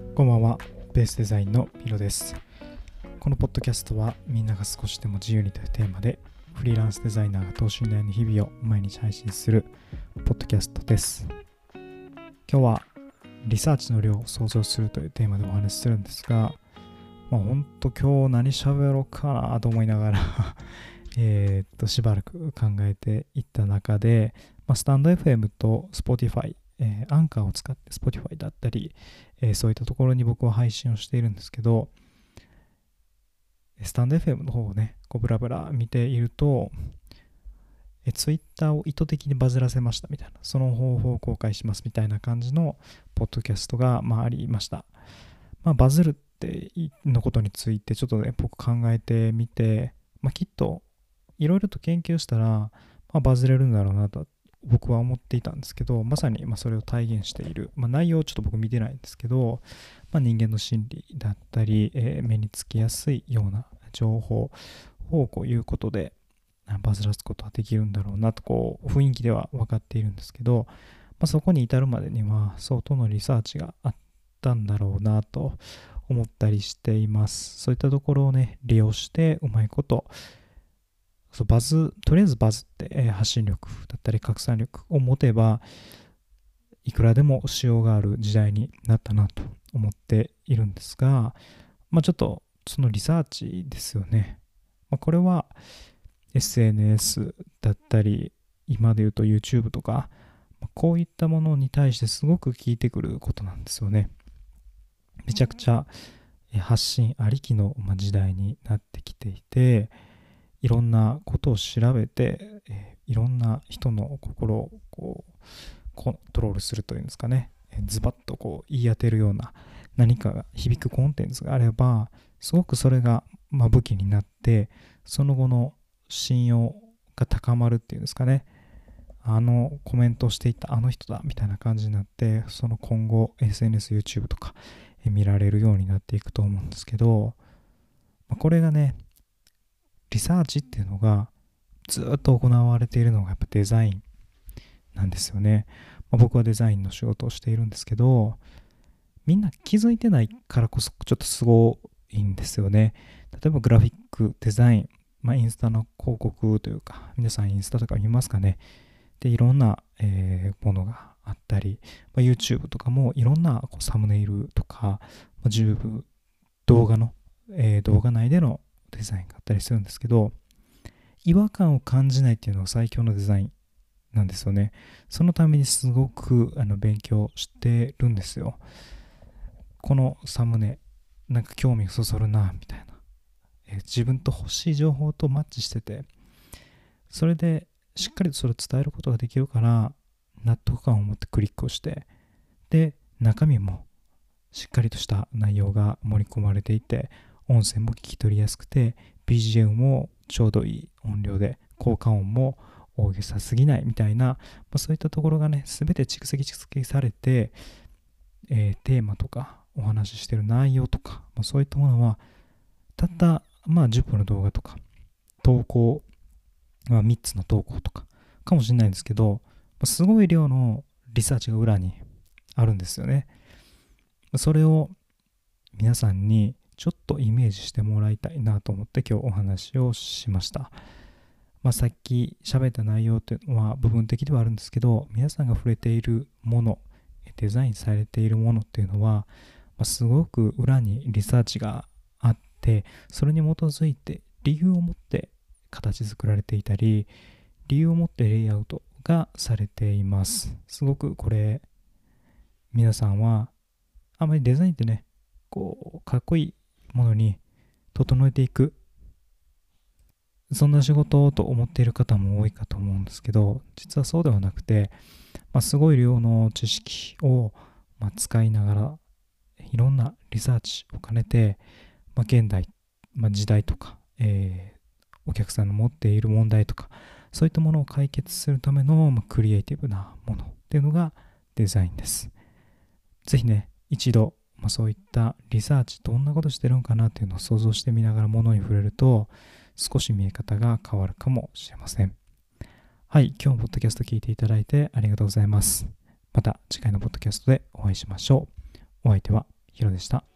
こんばんは。ベースデザインのピロです。このポッドキャストはみんなが少しでも自由にというテーマでフリーランスデザイナーが等身大の日々を毎日配信するポッドキャストです。今日はリサーチの量を想像するというテーマでお話しするんですが、ほんと今日何喋ろうかなと思いながらしばらく考えていった中で、スタンド FM と Spotify、アンカーを使って Spotify だったり、そういったところに僕は配信をしているんですけど、スタンド FM の方をね、ブラブラ見ていると、Twitter を意図的にバズらせましたみたいな、その方法を公開しますみたいな感じのポッドキャストがありました。バズるってのことについてちょっとね、僕考えてみて、きっといろいろと研究したら、バズれるんだろうなと僕は思っていたんですけど、まさにそれを体現している、内容をちょっと僕見てないんですけど、人間の心理だったり、目につきやすいような情報を言うことでバズらすことはできるんだろうなと雰囲気では分かっているんですけど、そこに至るまでには相当のリサーチがあったんだろうなと思ったりしています。そういったところをね、利用してうまいこととりあえずバズって、発信力だったり拡散力を持てばいくらでもしようがある時代になったなと思っているんですが、ちょっとそのリサーチですよね。これは SNS だったり今で言うと YouTube とか、こういったものに対してすごく効いてくることなんですよね。めちゃくちゃ発信ありきの時代になってきていて、いろんなことを調べて、いろんな人の心をコントロールするというんですかね、ズバッと言い当てるような何かが響くコンテンツがあれば、すごくそれが武器になって、その後の信用が高まるっていうんですかね、コメントをしていたあの人だみたいな感じになって、その今後 SNS、YouTube とか見られるようになっていくと思うんですけど、これがね、リサーチっていうのがずっと行われているのがやっぱデザインなんですよね。僕はデザインの仕事をしているんですけど、みんな気づいてないからこそちょっとすごいんですよね。例えばグラフィックデザイン、インスタの広告というか、皆さんインスタとか見ますかね。で、いろんな、ものがあったり、YouTube とかもいろんなサムネイルとか、動画内でのデザインがあったりするんですけど、違和感を感じないっていうのが最強のデザインなんですよね。そのためにすごく勉強してるんですよ。このサムネなんか興味そそるなみたいな、自分と欲しい情報とマッチしてて、それでしっかりとそれを伝えることができるから納得感を持ってクリックをして、で中身もしっかりとした内容が盛り込まれていて、音声も聞き取りやすくて BGM もちょうどいい音量で、効果音も大げさすぎないみたいな、そういったところがね、全て蓄積されて、テーマとかお話ししている内容とか、そういったものはたった10分の動画とか投稿、3つの投稿とかかもしれないんですけど、すごい量のリサーチが裏にあるんですよね。それを皆さんにちょっとイメージしてもらいたいなと思って今日お話をしました。さっき喋った内容というのは部分的ではあるんですけど、皆さんが触れているもの、デザインされているものっていうのは、すごく裏にリサーチがあって、それに基づいて理由を持って形作られていたり、理由を持ってレイアウトがされています。すごくこれ、皆さんはあまりデザインってね、かっこいいものに整えていく、そんな仕事と思っている方も多いかと思うんですけど、実はそうではなくて、すごい量の知識を使いながら、いろんなリサーチを兼ねて、現代、時代とか、お客さんの持っている問題とか、そういったものを解決するための、クリエイティブなものっていうのがデザインです。ぜひね、一度、そういったリサーチ、どんなことしてるんかなっていうのを想像してみながらものに触れると、少し見え方が変わるかもしれません。はい、今日もポッドキャスト聞いていただいてありがとうございます。また次回のポッドキャストでお会いしましょう。お相手はヒロでした。